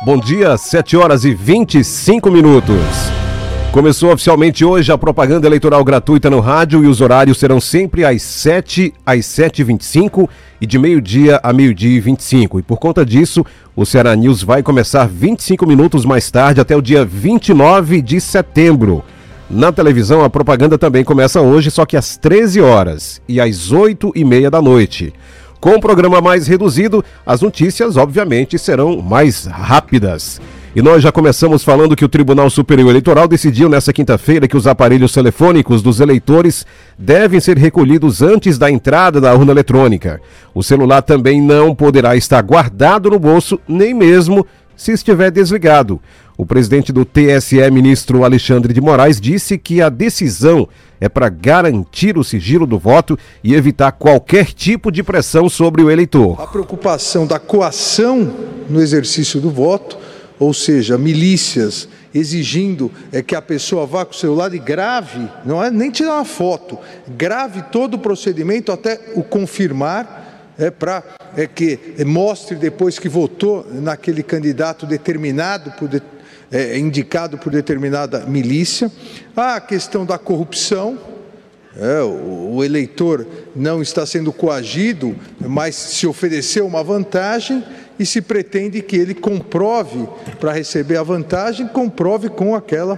Bom dia, 7 horas e 25 minutos. Começou oficialmente hoje a propaganda eleitoral gratuita no rádio e os horários serão sempre às 7 às 7h25 e de meio-dia a meio-dia e 25. E por conta disso, o Ceará News vai começar 25 minutos mais tarde até o dia 29 de setembro. Na televisão, a propaganda também começa hoje, só que às 13 horas e às 8h30 da noite. Com o programa mais reduzido, as notícias, obviamente, serão mais rápidas. E nós já começamos falando que o Tribunal Superior Eleitoral decidiu nesta quinta-feira que os aparelhos telefônicos dos eleitores devem ser recolhidos antes da entrada da urna eletrônica. O celular também não poderá estar guardado no bolso, nem mesmo se estiver desligado. O presidente do TSE, ministro Alexandre de Moraes, disse que a decisão é para garantir o sigilo do voto e evitar qualquer tipo de pressão sobre o eleitor. A preocupação da coação no exercício do voto, ou seja, milícias exigindo que a pessoa vá com o celular e grave, não é nem tirar uma foto, grave todo o procedimento até o confirmar, para que mostre depois que votou naquele candidato determinado, indicado por determinada milícia. A questão da corrupção, o eleitor não está sendo coagido, mas se ofereceu uma vantagem e se pretende que ele comprove, para receber a vantagem, comprove com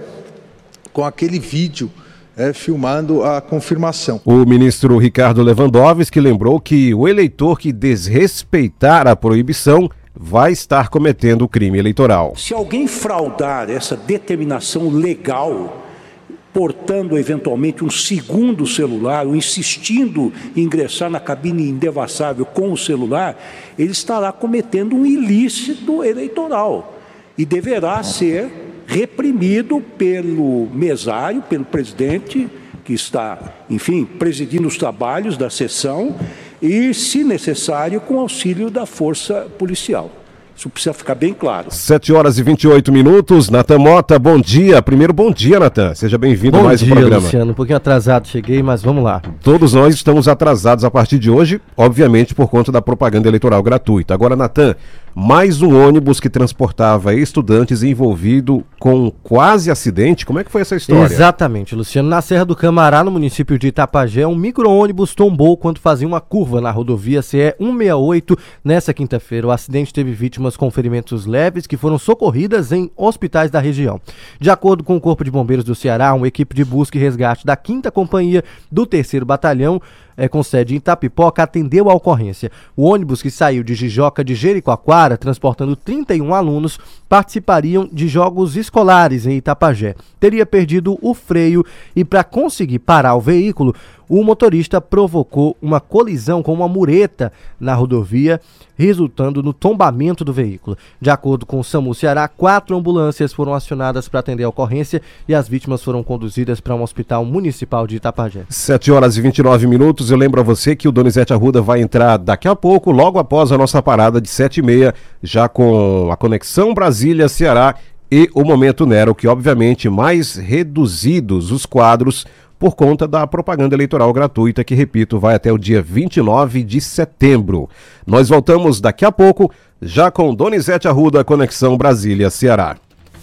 aquele vídeo filmando a confirmação. O ministro Ricardo Lewandowski lembrou que o eleitor que desrespeitar a proibição vai estar cometendo crime eleitoral. Se alguém fraudar essa determinação legal, portando eventualmente um segundo celular, ou insistindo em ingressar na cabine indevassável com o celular, ele estará cometendo um ilícito eleitoral e deverá ser reprimido pelo mesário, pelo presidente, que está, enfim, presidindo os trabalhos da sessão e, se necessário, com auxílio da força policial. Isso precisa ficar bem claro. 7 horas e 28 minutos. Natan Mota, bom dia. Primeiro, bom dia, Natan. Seja bem-vindo a mais um programa. Bom dia, Luciano. Um pouquinho atrasado cheguei, mas vamos lá. Todos nós estamos atrasados a partir de hoje, obviamente por conta da propaganda eleitoral gratuita. Agora, Natan, mais um ônibus que transportava estudantes envolvido com quase acidente. Como é que foi essa história? Exatamente, Luciano. Na Serra do Camará, no município de Itapajé, um micro-ônibus tombou quando fazia uma curva na rodovia CE 168 nessa quinta-feira. O acidente teve vítimas com ferimentos leves que foram socorridas em hospitais da região. De acordo com o Corpo de Bombeiros do Ceará, uma equipe de busca e resgate da 5ª Companhia do 3º Batalhão, com sede em Itapipoca, atendeu a ocorrência. O ônibus, que saiu de Jijoca de Jericoacoara, transportando 31 alunos, participariam de jogos escolares em Itapajé. Teria perdido o freio e, para conseguir parar o veículo, o motorista provocou uma colisão com uma mureta na rodovia, resultando no tombamento do veículo. De acordo com o SAMU Ceará, 4 ambulâncias foram acionadas para atender a ocorrência e as vítimas foram conduzidas para um hospital municipal de Itapajé. 7 horas e 29 minutos. Eu lembro a você que o Donizete Arruda vai entrar daqui a pouco, logo após a nossa parada de 7h30, já com a Conexão Brasília-Ceará e o Momento Nero, que obviamente mais reduzidos os quadros por conta da propaganda eleitoral gratuita, que, repito, vai até o dia 29 de setembro. Nós voltamos daqui a pouco, já com Donizete Arruda, Conexão Brasília-Ceará.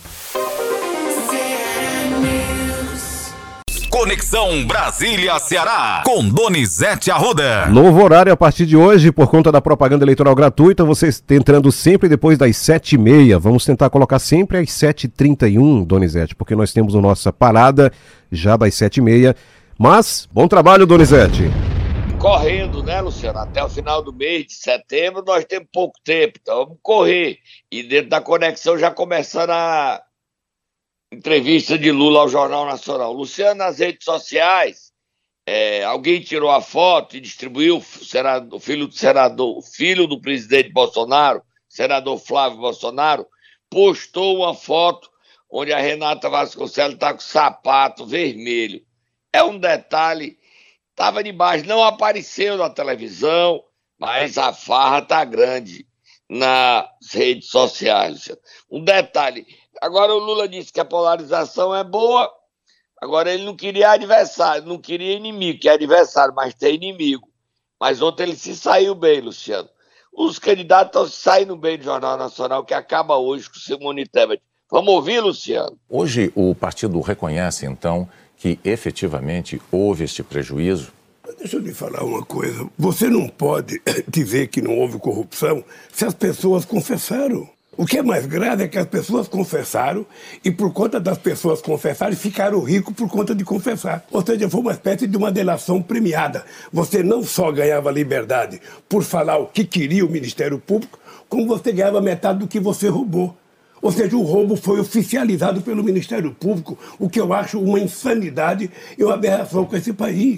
Conexão Brasília-Ceará, com Donizete Arruda. Novo horário a partir de hoje, por conta da propaganda eleitoral gratuita, vocês entrando sempre depois das 7h30. Vamos tentar colocar sempre às 7h31, Donizete, porque nós temos a nossa parada já das 7h30. Mas, bom trabalho, Donizete. Correndo, né, Luciano? Até o final do mês de setembro nós temos pouco tempo, então vamos correr. E dentro da conexão já começando a entrevista de Lula ao Jornal Nacional. Luciano, nas redes sociais, alguém tirou a foto e distribuiu, o filho do senador, o filho do presidente Bolsonaro, senador Flávio Bolsonaro, postou uma foto onde a Renata Vasconcelos está com sapato vermelho. É um detalhe, estava debaixo, não apareceu na televisão, mas a farra está grande nas redes sociais, Luciano. Um detalhe, agora o Lula disse que a polarização é boa, agora ele não queria adversário, não queria inimigo, que é adversário, mas tem inimigo. Mas ontem ele se saiu bem, Luciano. os candidatos estão saindo bem do Jornal Nacional, que acaba hoje com Simone Tebet. Vamos ouvir, Luciano? Hoje o partido reconhece, então, que efetivamente houve este prejuízo? Deixa eu lhe falar uma coisa. Você não pode dizer que não houve corrupção se as pessoas confessaram. O que é mais grave é que as pessoas confessaram e, por conta das pessoas confessarem, ficaram ricos por conta de confessar. Ou seja, foi uma espécie de uma delação premiada. Você não só ganhava liberdade por falar o que queria o Ministério Público, como você ganhava metade do que você roubou. Ou seja, o roubo foi oficializado pelo Ministério Público, o que eu acho uma insanidade e uma aberração com esse país.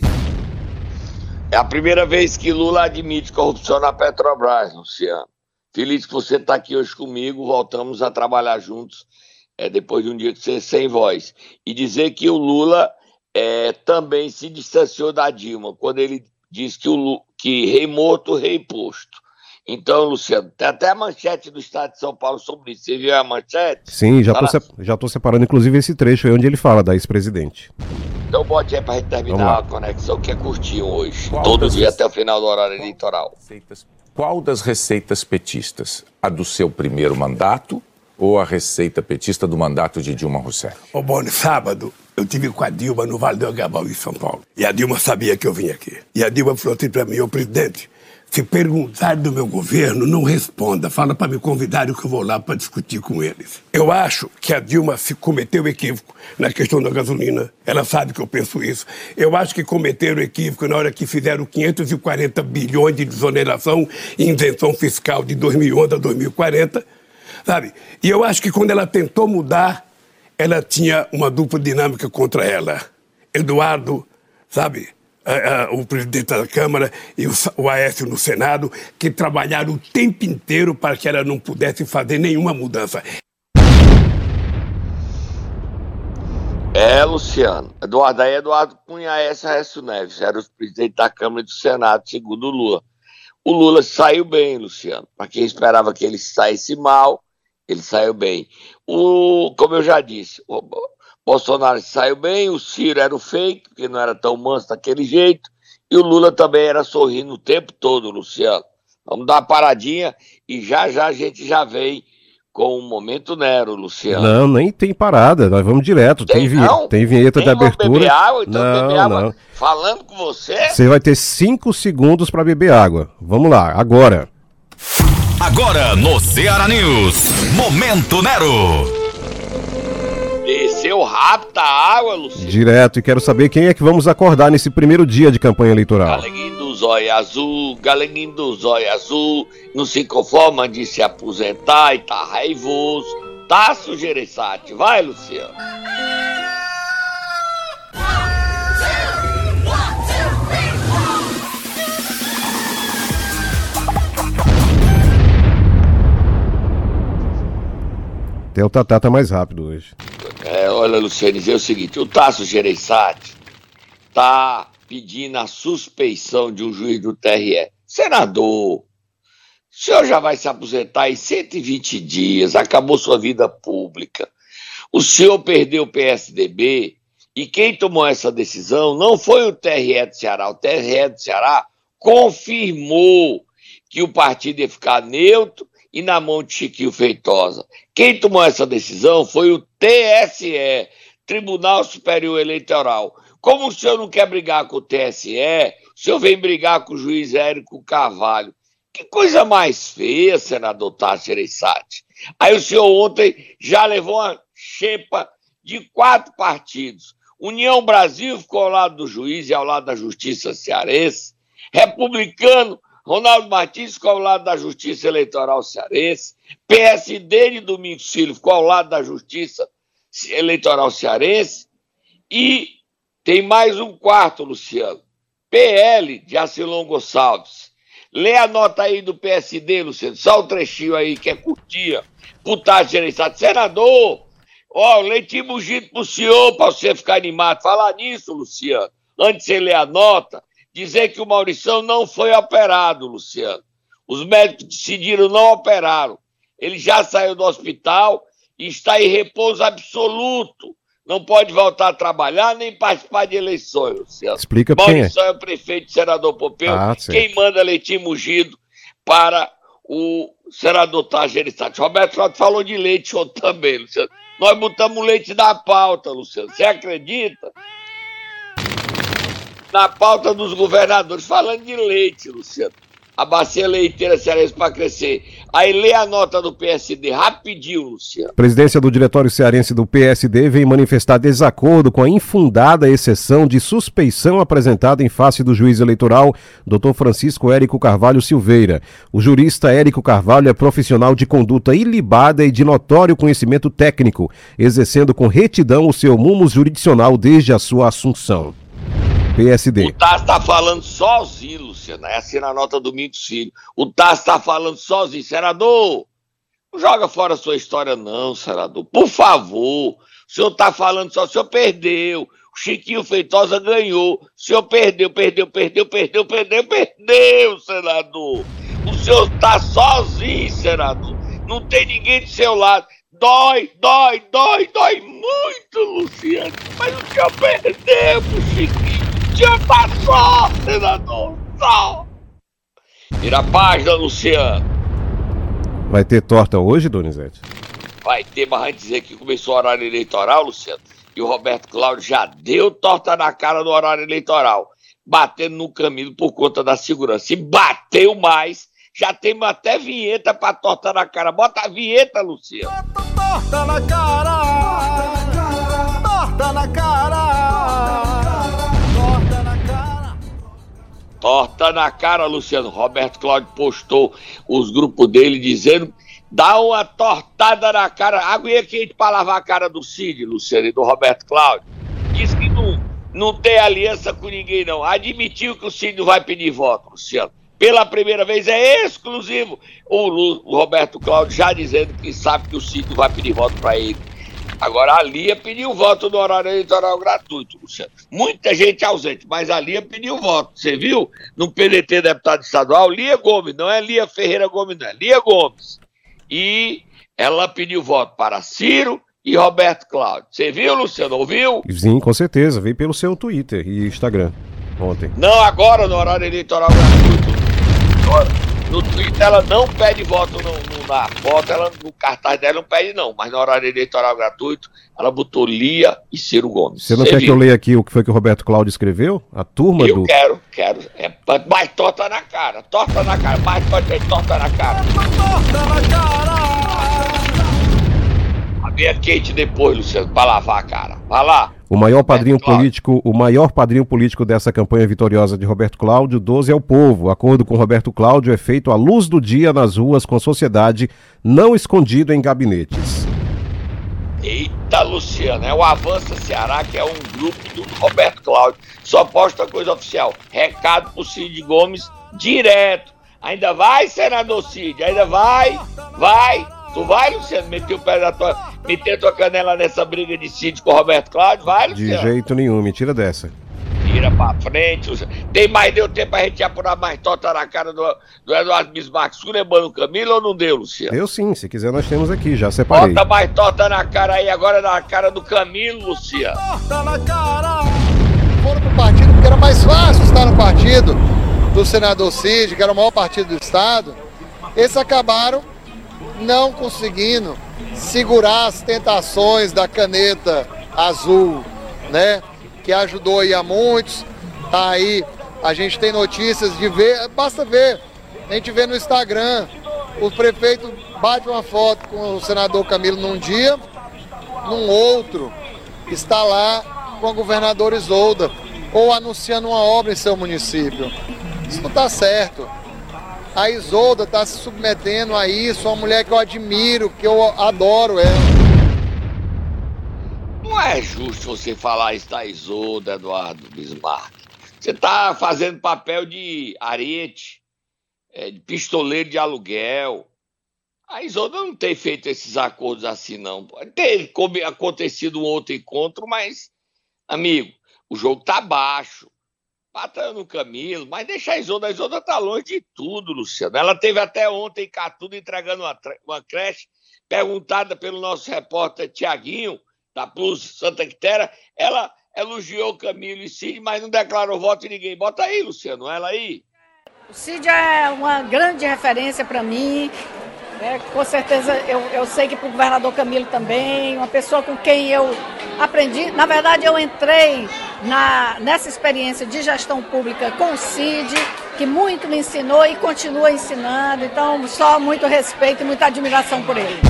É a primeira vez que Lula admite corrupção na Petrobras, Luciano. Feliz que você está aqui hoje comigo, voltamos a trabalhar juntos depois de um dia que você sem voz. E dizer que o Lula também se distanciou da Dilma, quando ele diz que rei morto, rei posto. Então, Luciano, tem até a manchete do Estado de São Paulo sobre isso. Você viu a manchete? Sim, já tô separando inclusive esse trecho aí onde ele fala da ex-presidente. Então bote aí pra gente terminar a conexão, que é curtinho hoje. Todo dia até o final do horário eleitoral. Qual das receitas petistas? A do seu primeiro mandato ou a receita petista do mandato de Dilma Rousseff? Ô, Boni, sábado eu estive com a Dilma no Vale do Agabaú, em São Paulo. E a Dilma sabia que eu vinha aqui. E a Dilma falou assim pra mim: ô presidente, se perguntar do meu governo, não responda. Fala para me convidarem que eu vou lá para discutir com eles. Eu acho que a Dilma se cometeu equívoco na questão da gasolina. Ela sabe que eu penso isso. Eu acho que cometeram equívoco na hora que fizeram 540 bilhões de desoneração e isenção fiscal de 2011 a 2040, sabe? E eu acho que quando ela tentou mudar, ela tinha uma dupla dinâmica contra ela. Eduardo, sabe? O presidente da Câmara e o Aécio no Senado, que trabalharam o tempo inteiro para que ela não pudesse fazer nenhuma mudança. Luciano. Eduardo Cunha e Aécio Neves eram os presidentes da Câmara e do Senado, segundo o Lula. O Lula saiu bem, Luciano. Para quem esperava que ele saísse mal, ele saiu bem. Como eu já disse, o Bolsonaro saiu bem, o Ciro era o fake, porque não era tão manso daquele jeito, e o Lula também era sorrindo o tempo todo, Luciano. Vamos dar uma paradinha e já a gente já vem com o Momento Nero, Luciano. Não, nem tem parada, nós vamos direto. Tem vinheta de abertura. Beber água, então não, beber água. Não. Falando com você. Você vai ter 5 segundos para beber água. Vamos lá, agora. Agora no Ceará News, Momento Nero. Desceu rápido a água, Luciano. Direto, e quero saber quem é que vamos acordar nesse primeiro dia de campanha eleitoral. Galeguinho do zóio azul, não se conforma de se aposentar e tá raivoso. Tasso Gereissati, vai, Luciano. Até o Tatá tá mais rápido hoje. Olha, Luciano, dizer o seguinte: o Tasso Gereissati tá pedindo a suspeição de um juiz do TRE. Senador, o senhor já vai se aposentar em 120 dias, acabou sua vida pública. O senhor perdeu o PSDB e quem tomou essa decisão não foi o TRE do Ceará. O TRE do Ceará confirmou que o partido ia ficar neutro e na mão de Chiquinho Feitosa. Quem tomou essa decisão foi o TSE, Tribunal Superior Eleitoral. Como o senhor não quer brigar com o TSE, o senhor vem brigar com o juiz Érico Carvalho. Que coisa mais feia, senador Tasso Gereissati. Aí o senhor ontem já levou uma xepa de 4 partidos. União Brasil ficou ao lado do juiz e ao lado da Justiça Cearense. Republicano, Ronaldo Martins ficou ao lado da Justiça Eleitoral Cearense. PSD de Domingos Filho ficou ao lado da Justiça Eleitoral Cearense. E tem mais um quarto, Luciano. PL de Acilon Gonçalves. Lê a nota aí do PSD, Luciano. Só um trechinho aí que é curtinha. Tasso Gereissati. Senador, leitinho mugido pro senhor, para você ficar animado. Falar nisso, Luciano, antes de você ler a nota, dizer que o Maurição não foi operado, Luciano. Os médicos decidiram não operaram. Ele já saiu do hospital e está em repouso absoluto. Não pode voltar a trabalhar nem participar de eleições, Luciano. Explica quem é. Maurição é o prefeito, senador Pompeu. Quem manda leitinho mugido para o senador Tajerissati. Roberto Cláudio falou de leite ontem também, Luciano. Nós botamos leite na pauta, Luciano. Você acredita? Na pauta dos governadores, falando de leite, Luciano. A bacia leiteira cearense para crescer. Aí lê a nota do PSD, rapidinho, Luciano. Presidência do Diretório Cearense do PSD vem manifestar desacordo com a infundada exceção de suspeição apresentada em face do juiz eleitoral, Dr. Francisco Érico Carvalho Silveira. O jurista Érico Carvalho é profissional de conduta ilibada e de notório conhecimento técnico, exercendo com retidão o seu mumus jurisdicional desde a sua assunção. PSD. O Tasso está falando sozinho, Luciano. É assim na nota do Domingos Filho. O Tasso está falando sozinho. Senador, não joga fora a sua história não, senador. Por favor. O senhor está falando só. O senhor perdeu. O Chiquinho Feitosa ganhou. O senhor perdeu, senador. O senhor está sozinho, senador. Não tem ninguém do seu lado. Dói muito, Luciano. Mas o senhor perdeu pro Chiquinho. Já passou, senador, só. Vira a página, Luciano. Vai ter torta hoje, Donizete? Vai ter, mas antes de dizer que começou o horário eleitoral, Luciano, e o Roberto Cláudio já deu torta na cara no horário eleitoral, batendo no Camilo por conta da segurança. E bateu mais, já temos até vinheta pra torta na cara. Bota a vinheta, Luciano. Torta na cara, torta na cara. Torta na cara, Luciano. Roberto Cláudio postou os grupos dele dizendo: dá uma tortada na cara. Aguinha quente pra lavar a cara do Cid, Luciano, e do Roberto Cláudio. Diz que não tem aliança com ninguém, não. Admitiu que o Cid não vai pedir voto, Luciano. Pela primeira vez é exclusivo. O Roberto Cláudio já dizendo que sabe que o Cid não vai pedir voto pra ele. Agora a Lia pediu voto no horário eleitoral gratuito, Luciano. Muita gente ausente, mas a Lia pediu voto. Você viu? No PDT deputado estadual, Lia Gomes, não é Lia Ferreira Gomes, não é Lia Gomes. E ela pediu voto para Ciro e Roberto Cláudio. Você viu, Luciano? Ouviu? Sim, com certeza. Veio pelo seu Twitter e Instagram ontem. Não agora no horário eleitoral gratuito. No Twitter ela não pede voto na foto, ela, no cartaz dela não pede não, mas no horário eleitoral gratuito ela botou Lia e Ciro Gomes. Você não quer que eu leia aqui o que foi que o Roberto Cláudio escreveu? A turma eu quero. É mais torta na cara, mais torta na cara. Torta na cara. A minha quente depois, Luciano, pra lavar a cara. Vai lá. O maior padrinho político dessa campanha vitoriosa de Roberto Cláudio, 12 é o povo. O acordo com Roberto Cláudio é feito à luz do dia nas ruas com a sociedade, não escondido em gabinetes. Eita, Luciano, é o Avança Ceará, que é um grupo do Roberto Cláudio. Só posta coisa oficial. Recado pro Cid Gomes direto. Ainda vai, senador Cid? Ainda vai? Vai? Tu vai, Luciano, meter a tua canela nessa briga de Cid com o Roberto Cláudio? Vai, Luciano? De jeito nenhum, me tira dessa. Tira pra frente, Luciano. Deu tempo pra gente apurar mais torta na cara do Eduardo Bismarck, esculhambando o Camilo ou não deu, Luciano? Deu sim, se quiser nós temos aqui, já separei. Bota mais torta na cara aí, agora na cara do Camilo, Luciano. Torta na cara. Foram pro partido porque era mais fácil estar no partido do senador Cid, que era o maior partido do estado. Esses acabaram não conseguindo segurar as tentações da caneta azul, né? Que ajudou aí a muitos. Tá aí, a gente tem notícias de ver, basta ver, a gente vê no Instagram, o prefeito bate uma foto com o senador Camilo num dia, num outro está lá com a governadora Isolda, ou anunciando uma obra em seu município. Isso não está certo. A Isolda está se submetendo a isso, uma mulher que eu admiro, que eu adoro ela. Não é justo você falar isso da Isolda, Eduardo Bismarck. Você está fazendo papel de arete, de pistoleiro de aluguel. A Isolda não tem feito esses acordos assim, não. Pode ter acontecido um outro encontro, mas, amigo, o jogo tá baixo. Batendo no Camilo, mas deixa a Isolda tá longe de tudo, Luciano. Ela teve até ontem em Catudo entregando uma creche, perguntada pelo nosso repórter Tiaguinho, da Plus Santa Quitéria, ela elogiou Camilo e Cid, mas não declarou voto em ninguém. Bota aí, Luciano, ela aí. O Cid é uma grande referência para mim. Com certeza, eu sei que para o governador Camilo também, uma pessoa com quem eu aprendi. Na verdade, eu entrei nessa experiência de gestão pública com o Cid, que muito me ensinou e continua ensinando. Então, só muito respeito e muita admiração por ele.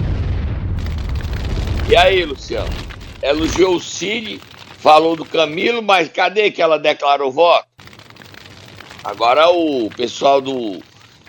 E aí, Luciano? Elogiou o Cid, falou do Camilo, mas cadê que ela declarou voto? Agora o pessoal do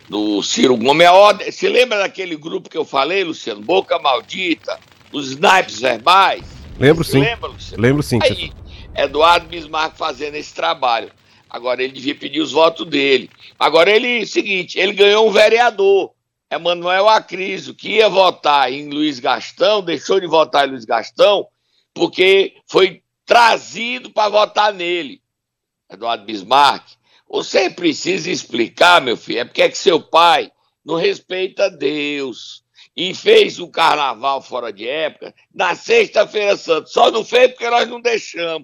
Ciro Gomes, se lembra daquele grupo que eu falei, Luciano? Boca Maldita, os snipes verbais? Lembro sim. Lembra, Luciano? Lembro sim. Aí, Eduardo Bismarck fazendo esse trabalho. Agora ele devia pedir os votos dele. Agora seguinte, ele ganhou um vereador, Emanuel Acriso, que ia votar em Luiz Gastão, deixou de votar em Luiz Gastão, porque foi trazido para votar nele. Eduardo Bismarck. Você precisa explicar, meu filho, porque é que seu pai não respeita Deus e fez um carnaval fora de época na Sexta-feira Santa. Só não fez porque nós não deixamos.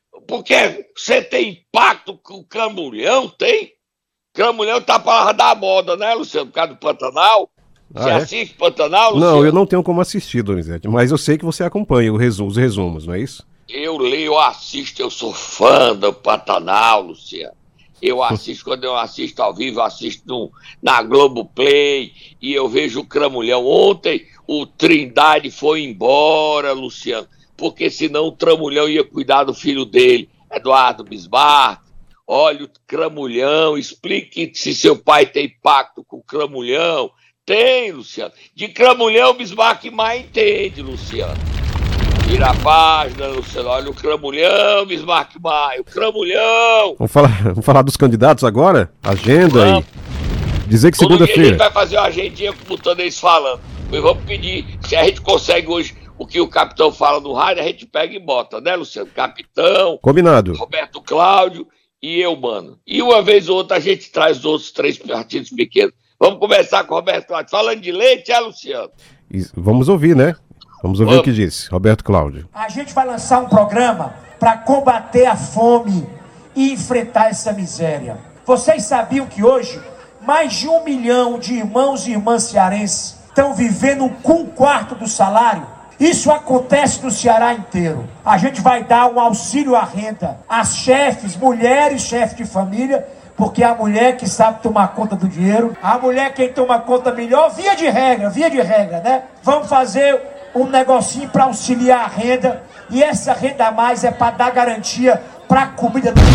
Porque você tem impacto com o Cramulhão, tem? Cramulhão tá para da moda, né, Luciano? Por causa do Pantanal. Você assiste Pantanal, Luciano? Não, eu não tenho como assistir, Donizete, mas eu sei que você acompanha os resumos, não é isso? Eu leio, eu assisto, eu sou fã do Pantanal, Luciano. Eu assisto, quando eu assisto ao vivo, eu assisto na Globoplay e eu vejo o Cramulhão. Ontem o Trindade foi embora, Luciano, porque senão o Cramulhão ia cuidar do filho dele, Eduardo Bismarck. Olha o Cramulhão, explique se seu pai tem pacto com o Cramulhão. Tem, Luciano. De Cramulhão o Bismarck mais entende, Luciano. Vira a página, Luciano, olha o Cramulhão, Bismarck Maia, o Cramulhão. Vamos falar dos candidatos agora? Agenda aí. Dizer que segunda-feira. A gente vai fazer uma agendinha botando eles falando. Eu vou pedir, se a gente consegue hoje o que o capitão fala no rádio, a gente pega e bota, né, Luciano? Capitão, combinado. Roberto Cláudio e eu, mano. E uma vez ou outra a gente traz os outros 3 partidos pequenos. Vamos começar com o Roberto Cláudio. Falando de leite, Luciano? Vamos ouvir, né? Vamos ouvir o que disse Roberto Cláudio. A gente vai lançar um programa para combater a fome e enfrentar essa miséria. Vocês sabiam que hoje mais de 1 milhão de irmãos e irmãs cearenses estão vivendo com 1/4 do salário? Isso acontece no Ceará inteiro. A gente vai dar um auxílio à renda às chefes, mulheres, chefes de família, porque a mulher que sabe tomar conta do dinheiro, a mulher quem toma conta melhor, via de regra, né? Vamos fazer um negocinho para auxiliar a renda, e essa renda a mais é para dar garantia para a comida do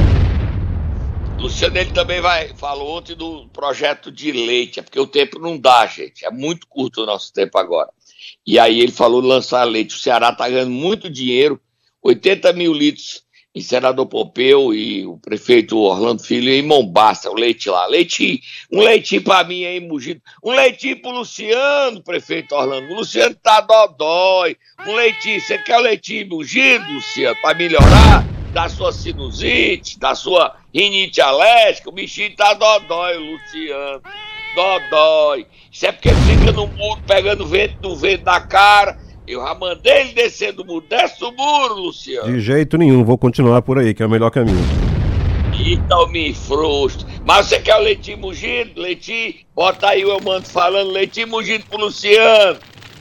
Luciano, ele também falou ontem do projeto de leite, porque o tempo não dá, gente, é muito curto o nosso tempo agora. E aí ele falou lançar leite. O Ceará está ganhando muito dinheiro, 80 mil litros em Senador Pompeu e o prefeito Orlando Filho em Mombaça, o leite lá. Um leitinho para mim aí, Mugido. Um leitinho pro Luciano, prefeito Orlando. O Luciano tá dodói. Um leitinho, você quer o leitinho Mugido, Luciano, para melhorar da sua sinusite, da sua rinite alérgica? O bichinho tá dodói, Luciano. Dodói. Isso é porque ele fica no muro pegando vento na cara. Eu já mandei ele descer do muro. Desce o muro, Luciano. De jeito nenhum, vou continuar por aí, que é o melhor caminho. Então me frustra. Mas você quer o leitinho mugido? Leitinho? Bota aí o eu mando falando leitinho mugido pro Luciano.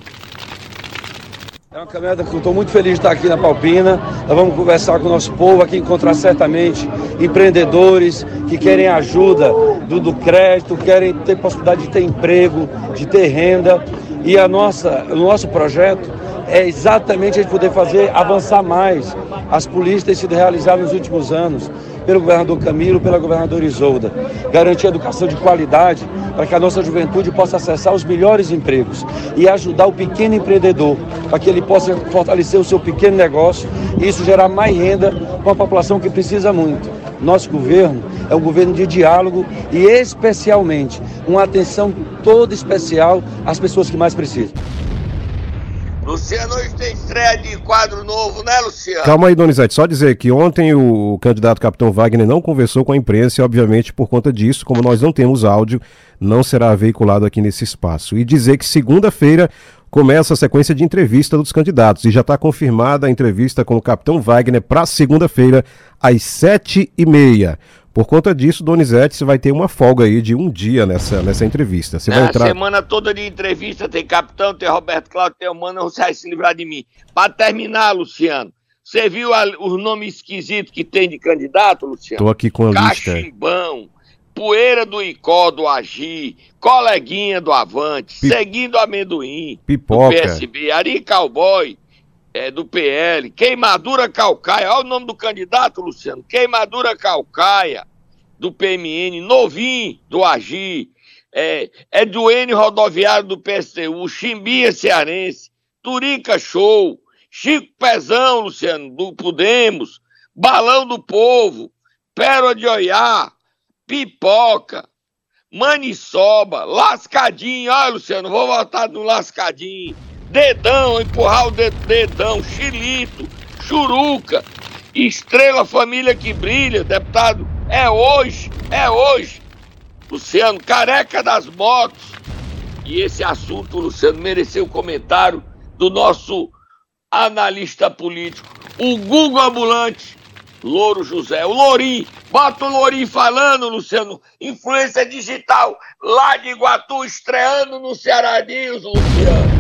É uma caminhada que eu estou muito feliz de estar aqui na Palpina. Nós vamos conversar com o nosso povo aqui, encontrar certamente empreendedores que querem ajuda do crédito, querem ter possibilidade de ter emprego, de ter renda. E o nosso projeto é exatamente a gente poder fazer avançar mais as políticas que têm sido realizadas nos últimos anos pelo governador Camilo, pela governadora Isolda. Garantir educação de qualidade para que a nossa juventude possa acessar os melhores empregos e ajudar o pequeno empreendedor para que ele possa fortalecer o seu pequeno negócio e isso gerar mais renda para uma população que precisa muito. Nosso governo é um governo de diálogo e especialmente uma atenção toda especial às pessoas que mais precisam. Luciano, hoje tem estreia de quadro novo, né, Luciano? Calma aí, Donizete, só dizer que ontem o candidato Capitão Wagner não conversou com a imprensa e, obviamente, por conta disso, como nós não temos áudio, não será veiculado aqui nesse espaço. E dizer que segunda-feira começa a sequência de entrevista dos candidatos e já está confirmada a entrevista com o Capitão Wagner para segunda-feira, às 7h30. Por conta disso, Donizete, você vai ter uma folga aí de um dia nessa entrevista. Você vai entrar... A semana toda de entrevista, tem Capitão, tem Roberto Cláudio, tem o Mano, você vai se livrar de mim. Para terminar, Luciano, você viu os nomes esquisitos que tem de candidato, Luciano? Tô aqui com a lista. Cachimbão, Poeira do Icó, do Agi, Coleguinha do Avante, Seguindo Amendoim, Pipoca, do PSB, Ari Cowboy, do PL, Queimadura Calcaia, olha o nome do candidato, Luciano, Queimadura Calcaia, do PMN, Novinho, do Agi, Eduene Rodoviário, do PSTU, Chimbinha Cearense, Turica Show, Chico Pezão, Luciano, do Podemos, Balão do Povo, Pérola de Oiá, Pipoca, Maniçoba, Lascadinho, olha, Luciano, vou voltar no Lascadinho, Dedão, empurrar o Dedão, Chilito, Churuca, Estrela Família que Brilha, deputado, é hoje, Luciano, Careca das Motos. E esse assunto, Luciano, mereceu o comentário do nosso analista político, o Google Ambulante, Louro José, o Lourinho, bota o Lourinho falando, Luciano, influência digital, lá de Iguatu, estreando no Ceará News, Luciano.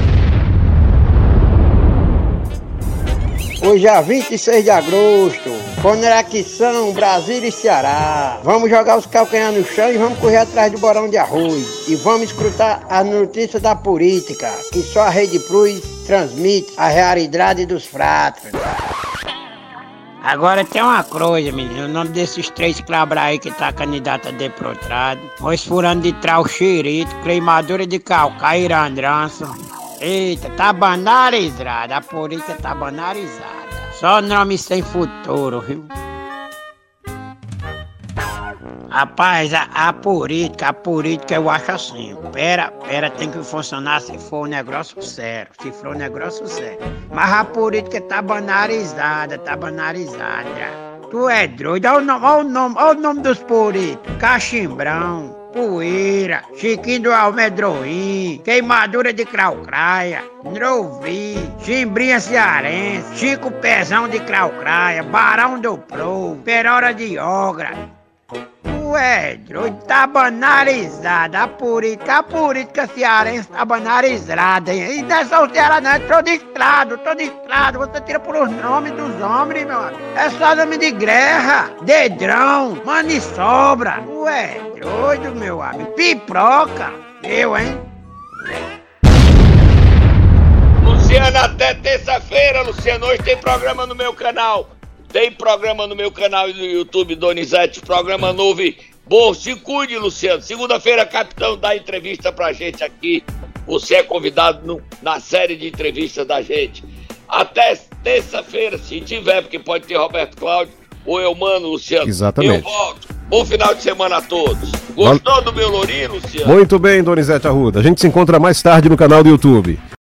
Hoje é 26 de agosto, conexão Brasília e Ceará. Vamos jogar os calcanhar no chão e vamos correr atrás do borão de arroz. E vamos escutar a notícia da política, que só a Rede Plus transmite a realidade dos fatos. Agora tem uma coisa, menino, o nome desses 3 cabras aí que tá candidato a deputado, Rois Furando de Trau Xirito, Queimadura de Calcaia, Irandrança. Eita, tá banarizada, a política tá banarizada. Só nome sem futuro, viu? Rapaz, a política eu acho assim. Pera, tem que funcionar se for um negócio sério. Mas a política tá banarizada. Tu é doido, olha o nome dos políticos. Cachimbrão, Poeira, Chiquinho do Almedroim, Queimadura de Craucraia, Novinho, Chimbrinha Cearense, Chico Pezão de Craucraia, Barão do Pro, Perora de Ogra. Ué, tá banarizada a política cearense tá banarizada, hein? E não é só o Ceará não, é todo estado, você tira por os nomes dos homens, meu amigo. É só nome de guerra, Dedrão, Maniçobra. Ué, doido, meu amigo, Pipoca, hein? Luciano, até terça-feira, Luciano, hoje tem programa no meu canal. Tem programa no meu canal do YouTube, Donizete, programa novo. Bom, se cuide, Luciano. Segunda-feira, Capitão dá entrevista pra gente aqui. Você é convidado na série de entrevistas da gente. Até terça-feira, se tiver, porque pode ter Roberto Cláudio ou eu, Mano, Luciano. Exatamente. Eu volto. Bom final de semana a todos. Gostou do meu lourinho, Luciano? Muito bem, Donizete Arruda. A gente se encontra mais tarde no canal do YouTube.